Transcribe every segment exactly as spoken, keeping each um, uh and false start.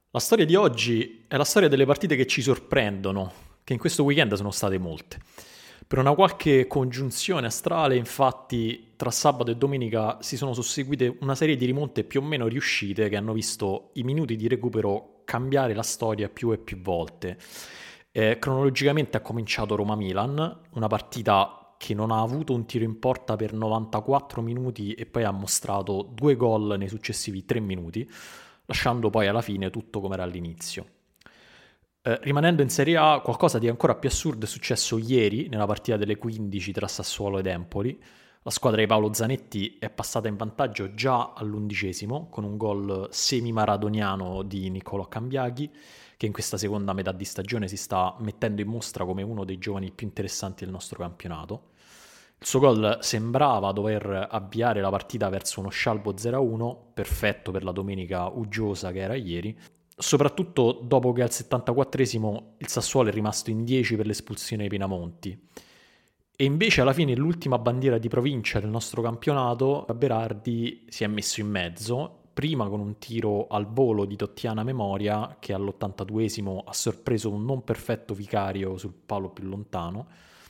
La storia di oggi è la storia delle partite che ci sorprendono, che in questo weekend sono state molte. Per una qualche congiunzione astrale, infatti, tra sabato e domenica si sono susseguite una serie di rimonte più o meno riuscite che hanno visto i minuti di recupero cambiare la storia più e più volte. Eh, cronologicamente ha cominciato Roma-Milan, una partita che non ha avuto un tiro in porta per novantaquattro minuti e poi ha mostrato due gol nei successivi tre minuti, lasciando poi alla fine tutto come era all'inizio. Eh, rimanendo in Serie A, qualcosa di ancora più assurdo è successo ieri nella partita delle quindici tra Sassuolo ed Empoli. La squadra di Paolo Zanetti è passata in vantaggio già all'undicesimo con un gol semi-maradoniano di Niccolò Cambiaghi, che in questa seconda metà di stagione si sta mettendo in mostra come uno dei giovani più interessanti del nostro campionato. Il suo gol sembrava dover avviare la partita verso uno scialbo zero a uno, perfetto per la domenica uggiosa che era ieri, soprattutto dopo che al settantaquattresimo il Sassuolo è rimasto in dieci per l'espulsione di Pinamonti. E invece alla fine l'ultima bandiera di provincia del nostro campionato, Berardi si è messo in mezzo, prima con un tiro al volo di Tottiana Memoria, che all'ottantaduesimo ha sorpreso un non perfetto Vicario sul palo più lontano,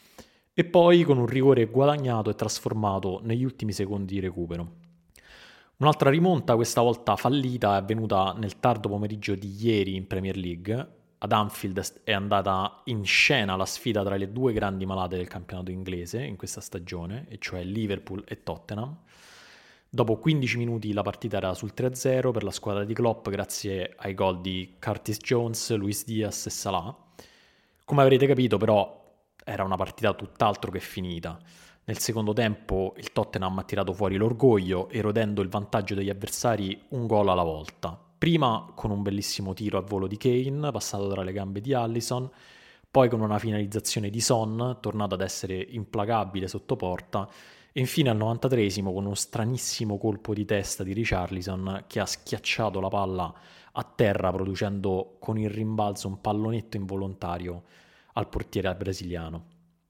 e poi con un rigore guadagnato e trasformato negli ultimi secondi di recupero. Un'altra rimonta, questa volta fallita, è avvenuta nel tardo pomeriggio di ieri in Premier League. Ad Anfield è andata in scena la sfida tra le due grandi malate del campionato inglese in questa stagione, e cioè Liverpool e Tottenham. Dopo quindici minuti la partita era sul tre a zero per la squadra di Klopp grazie ai gol di Curtis Jones, Luis Diaz e Salah. Come avrete capito però era una partita tutt'altro che finita. Nel secondo tempo il Tottenham ha tirato fuori l'orgoglio, erodendo il vantaggio degli avversari un gol alla volta. Prima con un bellissimo tiro a volo di Kane, passato tra le gambe di Alisson, poi con una finalizzazione di Son, tornato ad essere implacabile sotto porta, e infine al novantatreesimo con uno stranissimo colpo di testa di Richarlison che ha schiacciato la palla a terra, producendo con il rimbalzo un pallonetto involontario al portiere brasiliano.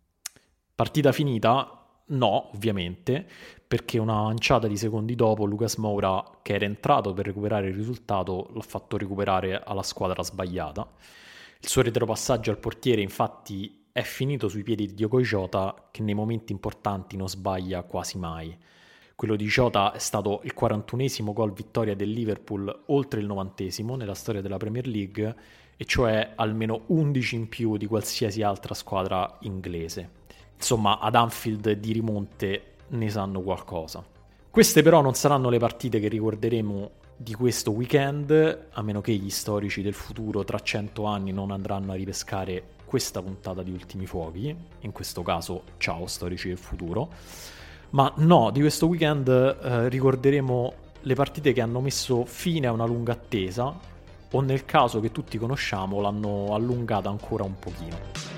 Partita finita? No, ovviamente, perché una manciata di secondi dopo Lucas Moura, che era entrato per recuperare il risultato, l'ha fatto recuperare alla squadra sbagliata. Il suo retropassaggio al portiere infatti è finito sui piedi di Diogo Jota, che nei momenti importanti non sbaglia quasi mai. Quello di Jota è stato il quarantunesimo gol vittoria del Liverpool oltre il novantesimo nella storia della Premier League, e cioè almeno undici in più di qualsiasi altra squadra inglese. Insomma, ad Anfield di rimonte ne sanno qualcosa. Queste però non saranno le partite che ricorderemo di questo weekend, a meno che gli storici del futuro tra cento anni non andranno a ripescare questa puntata di Ultimi Fuochi. In questo caso, ciao storici del futuro. Ma no, di questo weekend eh, ricorderemo le partite che hanno messo fine a una lunga attesa, o nel caso che tutti conosciamo l'hanno allungata ancora un pochino.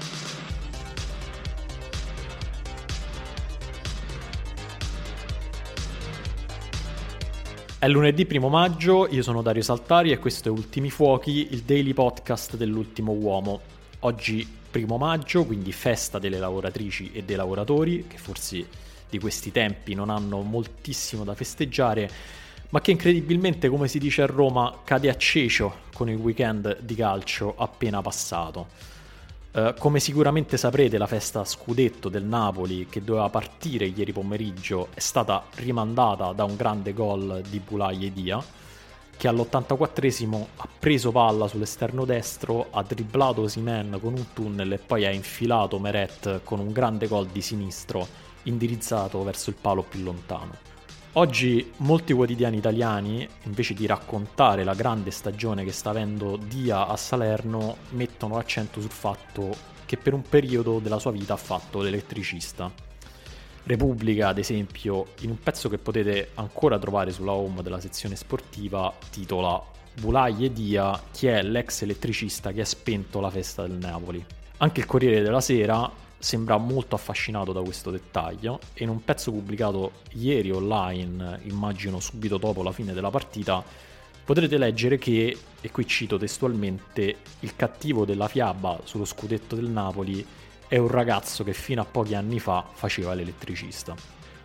È lunedì primo maggio, io sono Dario Saltari e questo è Ultimi Fuochi, il daily podcast dell'ultimo uomo. Oggi primo maggio, quindi festa delle lavoratrici e dei lavoratori, che forse di questi tempi non hanno moltissimo da festeggiare, ma che incredibilmente, come si dice a Roma, cade a cecio con il weekend di calcio appena passato. Uh, come sicuramente saprete, la festa scudetto del Napoli, che doveva partire ieri pomeriggio, è stata rimandata da un grande gol di Boulaye Dia, che all'ottantaquattresimo ha preso palla sull'esterno destro, ha dribblato Osimhen con un tunnel e poi ha infilato Meret con un grande gol di sinistro indirizzato verso il palo più lontano. Oggi molti quotidiani italiani, invece di raccontare la grande stagione che sta avendo Dia a Salerno, mettono l'accento sul fatto che per un periodo della sua vita ha fatto l'elettricista. Repubblica, ad esempio, in un pezzo che potete ancora trovare sulla home della sezione sportiva, titola "Boulaye Dia, chi è l'ex elettricista che ha spento la festa del Napoli?". Anche il Corriere della Sera sembra molto affascinato da questo dettaglio, e in un pezzo pubblicato ieri online, immagino subito dopo la fine della partita, potrete leggere che, e qui cito testualmente, il cattivo della fiaba sullo scudetto del Napoli è un ragazzo che fino a pochi anni fa faceva l'elettricista.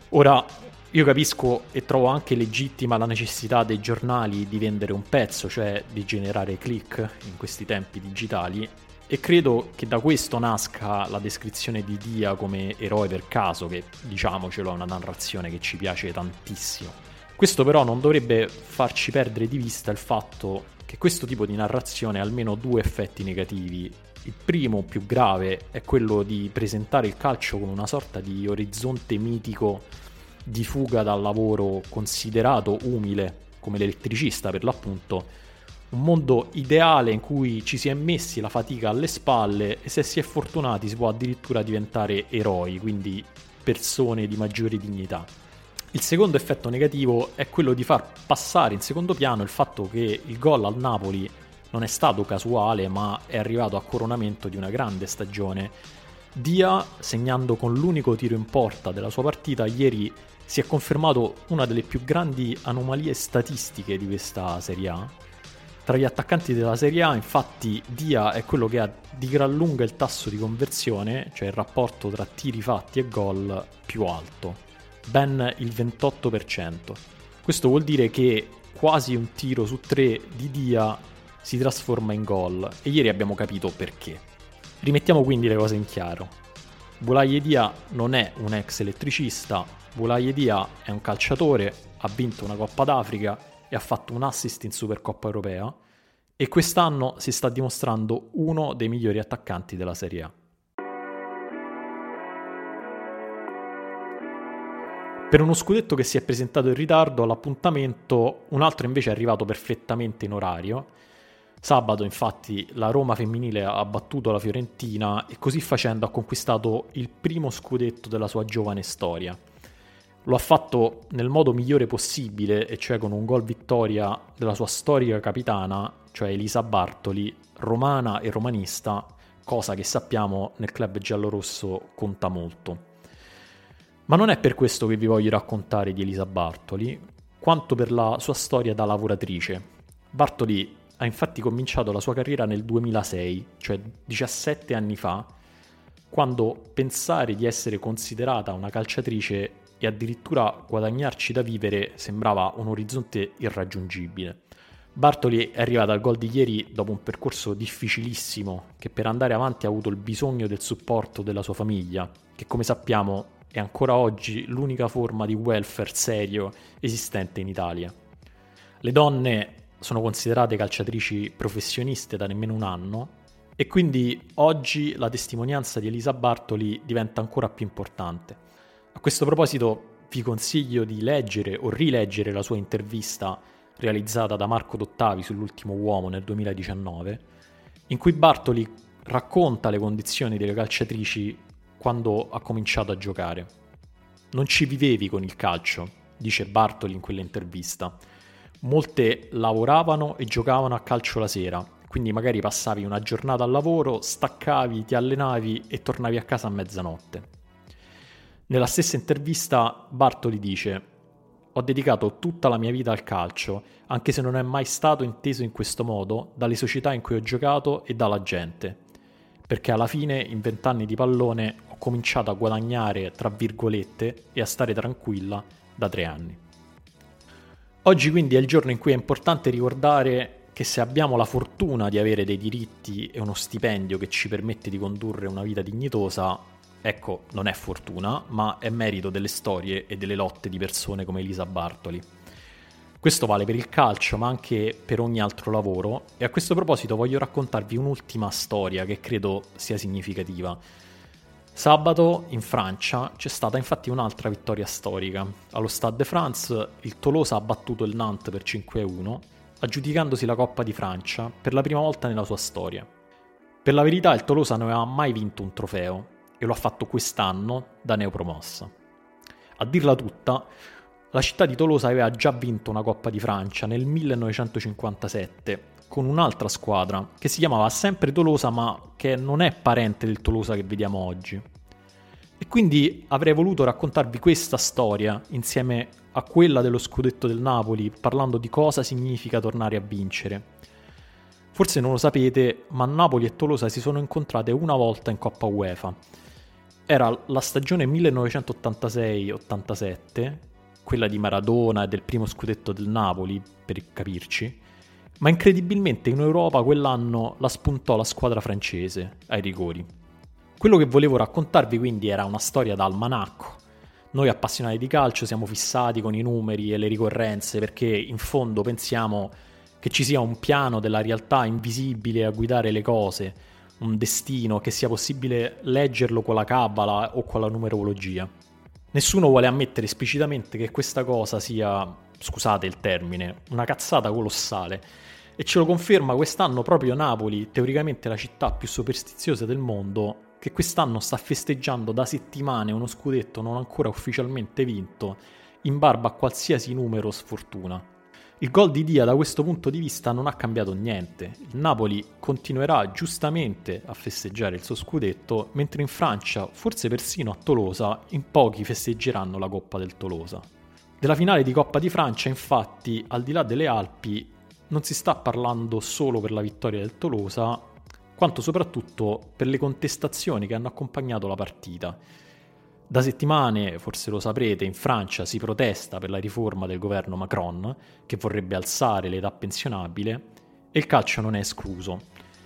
Ora, io capisco e trovo anche legittima la necessità dei giornali di vendere un pezzo, cioè di generare click in questi tempi digitali, e credo che da questo nasca la descrizione di Dia come eroe per caso, che diciamocelo è una narrazione che ci piace tantissimo. Questo però non dovrebbe farci perdere di vista il fatto che questo tipo di narrazione ha almeno due effetti negativi. Il primo, più grave, è quello di presentare il calcio come una sorta di orizzonte mitico di fuga dal lavoro considerato umile, come l'elettricista per l'appunto, un mondo ideale in cui ci si è messi la fatica alle spalle e se si è fortunati si può addirittura diventare eroi, quindi persone di maggiore dignità. Il secondo effetto negativo è quello di far passare in secondo piano il fatto che il gol al Napoli non è stato casuale, ma è arrivato a coronamento di una grande stagione. Dia, segnando con l'unico tiro in porta della sua partita, ieri si è confermato una delle più grandi anomalie statistiche di questa Serie A. Tra gli attaccanti della Serie A, infatti, Dia è quello che ha di gran lunga il tasso di conversione, cioè il rapporto tra tiri fatti e gol, più alto, ben il ventotto per cento. Questo vuol dire che quasi un tiro su tre di Dia si trasforma in gol, e ieri abbiamo capito perché. Rimettiamo quindi le cose in chiaro. Boulaye Dia non è un ex elettricista, Boulaye Dia è un calciatore, ha vinto una Coppa d'Africa e ha fatto un assist in Supercoppa Europea, e quest'anno si sta dimostrando uno dei migliori attaccanti della Serie A. Per uno scudetto che si è presentato in ritardo all'appuntamento, un altro invece è arrivato perfettamente in orario. Sabato, infatti, la Roma femminile ha battuto la Fiorentina e così facendo ha conquistato il primo scudetto della sua giovane storia. Lo ha fatto nel modo migliore possibile, e cioè con un gol vittoria della sua storica capitana, cioè Elisa Bartoli, romana e romanista, cosa che sappiamo nel club giallorosso conta molto. Ma non è per questo che vi voglio raccontare di Elisa Bartoli, quanto per la sua storia da lavoratrice. Bartoli ha infatti cominciato la sua carriera nel duemilasei, cioè diciassette anni fa, quando pensare di essere considerata una calciatrice e addirittura guadagnarci da vivere sembrava un orizzonte irraggiungibile. Bartoli è arrivata al gol di ieri dopo un percorso difficilissimo che per andare avanti ha avuto il bisogno del supporto della sua famiglia, che come sappiamo è ancora oggi l'unica forma di welfare serio esistente in Italia. Le donne sono considerate calciatrici professioniste da nemmeno un anno e quindi oggi la testimonianza di Elisa Bartoli diventa ancora più importante. A questo proposito vi consiglio di leggere o rileggere la sua intervista realizzata da Marco Dottavi sull'Ultimo Uomo nel duemiladiciannove, in cui Bartoli racconta le condizioni delle calciatrici quando ha cominciato a giocare. Non ci vivevi con il calcio, dice Bartoli in quell'intervista. Molte lavoravano e giocavano a calcio la sera, quindi magari passavi una giornata al lavoro, staccavi, ti allenavi e tornavi a casa a mezzanotte. Nella stessa intervista Bartoli dice: «Ho dedicato tutta la mia vita al calcio, anche se non è mai stato inteso in questo modo dalle società in cui ho giocato e dalla gente, perché alla fine in vent'anni di pallone ho cominciato a guadagnare tra virgolette e a stare tranquilla da tre anni». Oggi quindi è il giorno in cui è importante ricordare che se abbiamo la fortuna di avere dei diritti e uno stipendio che ci permette di condurre una vita dignitosa, ecco, non è fortuna, ma è merito delle storie e delle lotte di persone come Elisa Bartoli. Questo vale per il calcio, ma anche per ogni altro lavoro, e a questo proposito voglio raccontarvi un'ultima storia che credo sia significativa. Sabato in Francia c'è stata infatti un'altra vittoria storica. Allo Stade de France il Tolosa ha battuto il Nantes per cinque a uno, aggiudicandosi la Coppa di Francia per la prima volta nella sua storia. Per la verità il Tolosa non aveva mai vinto un trofeo, e lo ha fatto quest'anno da neopromossa. A dirla tutta, la città di Tolosa aveva già vinto una Coppa di Francia nel millenovecentocinquantasette con un'altra squadra che si chiamava sempre Tolosa, ma che non è parente del Tolosa che vediamo oggi. E quindi avrei voluto raccontarvi questa storia insieme a quella dello scudetto del Napoli, parlando di cosa significa tornare a vincere. Forse non lo sapete, ma Napoli e Tolosa si sono incontrate una volta in Coppa UEFA. era la stagione millenovecentottantasei ottantasette, quella di Maradona e del primo scudetto del Napoli, per capirci, ma incredibilmente in Europa quell'anno la spuntò la squadra francese ai rigori. Quello che volevo raccontarvi quindi era una storia da almanacco. Noi appassionati di calcio siamo fissati con i numeri e le ricorrenze perché in fondo pensiamo che ci sia un piano della realtà invisibile a guidare le cose, un destino, che sia possibile leggerlo con la cabala o con la numerologia. Nessuno vuole ammettere esplicitamente che questa cosa sia, scusate il termine, una cazzata colossale. E ce lo conferma quest'anno proprio Napoli, teoricamente la città più superstiziosa del mondo, che quest'anno sta festeggiando da settimane uno scudetto non ancora ufficialmente vinto, in barba a qualsiasi numero sfortuna. Il gol di Dia da questo punto di vista non ha cambiato niente. Il Napoli continuerà giustamente a festeggiare il suo scudetto, mentre in Francia, forse persino a Tolosa, in pochi festeggeranno la Coppa del Tolosa. Della finale di Coppa di Francia, infatti, al di là delle Alpi, non si sta parlando solo per la vittoria del Tolosa, quanto soprattutto per le contestazioni che hanno accompagnato la partita. Da settimane, forse lo saprete, in Francia si protesta per la riforma del governo Macron, che vorrebbe alzare l'età pensionabile, e il calcio non è escluso.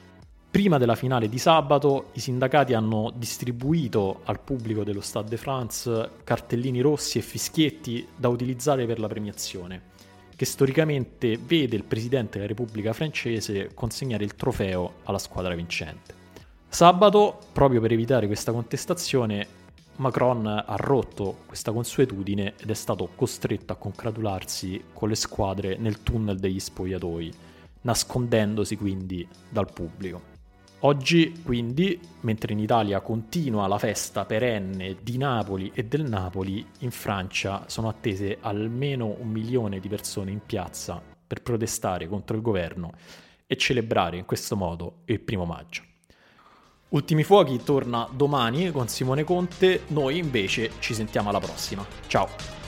Prima della finale di sabato, i sindacati hanno distribuito al pubblico dello Stade de France cartellini rossi e fischietti da utilizzare per la premiazione, che storicamente vede il presidente della Repubblica francese consegnare il trofeo alla squadra vincente. Sabato, proprio per evitare questa contestazione, Macron ha rotto questa consuetudine ed è stato costretto a congratularsi con le squadre nel tunnel degli spogliatoi, nascondendosi quindi dal pubblico. Oggi, quindi, mentre in Italia continua la festa perenne di Napoli e del Napoli, in Francia sono attese almeno un milione di persone in piazza per protestare contro il governo e celebrare in questo modo il primo maggio. Ultimi Fuochi torna domani con Simone Conte, noi invece ci sentiamo alla prossima. Ciao!